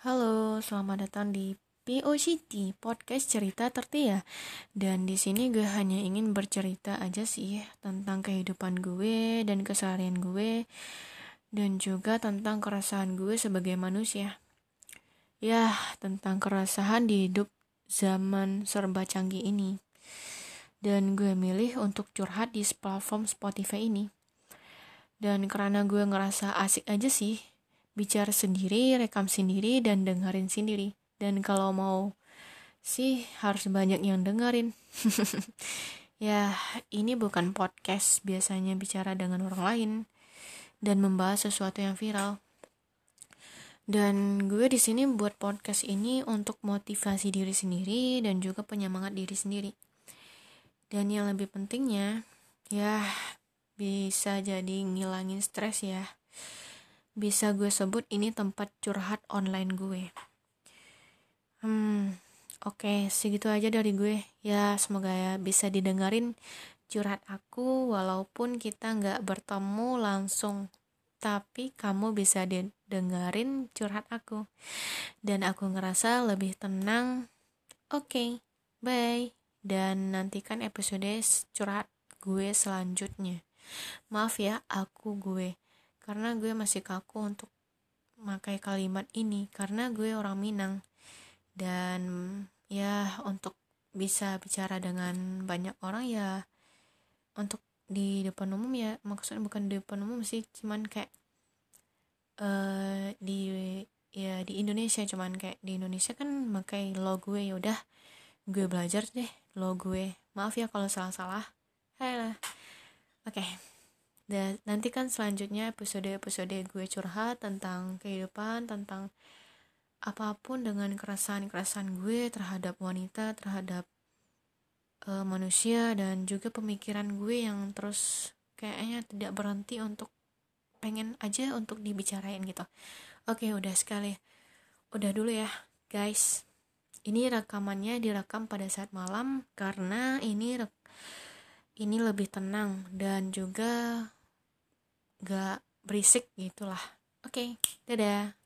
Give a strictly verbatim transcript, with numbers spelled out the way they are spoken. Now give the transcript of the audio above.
Halo, selamat datang di P O C T, podcast cerita tertia. Dan di sini gue hanya ingin bercerita aja sih tentang kehidupan gue dan keseharian gue dan juga tentang keresahan gue sebagai manusia. Ya, tentang keresahan di hidup zaman serba canggih ini. Dan gue milih untuk curhat di platform Spotify ini. Dan karena gue ngerasa asik aja sih, bicara sendiri, rekam sendiri, dan dengerin sendiri. Dan kalau mau sih harus banyak yang dengerin. Ya, ini bukan podcast biasanya bicara dengan orang lain dan membahas sesuatu yang viral. Dan gue di sini buat podcast ini untuk motivasi diri sendiri dan juga penyemangat diri sendiri. Dan yang lebih pentingnya, ya bisa jadi ngilangin stres ya. Bisa gue sebut ini tempat curhat online gue. Hmm, oke, okay, segitu aja dari gue. Ya, semoga ya bisa didengarin curhat aku walaupun kita nggak bertemu langsung. Tapi kamu bisa dengerin curhat aku. Dan aku ngerasa lebih tenang. Oke, okay, bye. Dan nantikan episode curhat gue selanjutnya. Maaf ya, aku gue. Karena gue masih kaku untuk memakai kalimat ini. Karena gue orang Minang. Dan ya untuk bisa bicara dengan banyak orang ya untuk di depan umum ya, maksudnya bukan di depan umum sih, cuman kayak uh, di ya di Indonesia, cuman kayak di Indonesia kan pakai lo gue, ya udah gue belajar deh lo gue, maaf ya kalau salah-salah. Hai lah. Oke, okay. Dan nanti kan selanjutnya episode-episode gue curhat tentang kehidupan, tentang apapun dengan keresahan-keresahan gue terhadap wanita, terhadap uh, manusia, dan juga pemikiran gue yang terus kayaknya tidak berhenti untuk pengen aja untuk dibicarain gitu. Oke, udah sekali. Udah dulu ya, guys. Ini rekamannya direkam pada saat malam karena ini rek- ini lebih tenang dan juga gak berisik gitulah. Oke, dadah.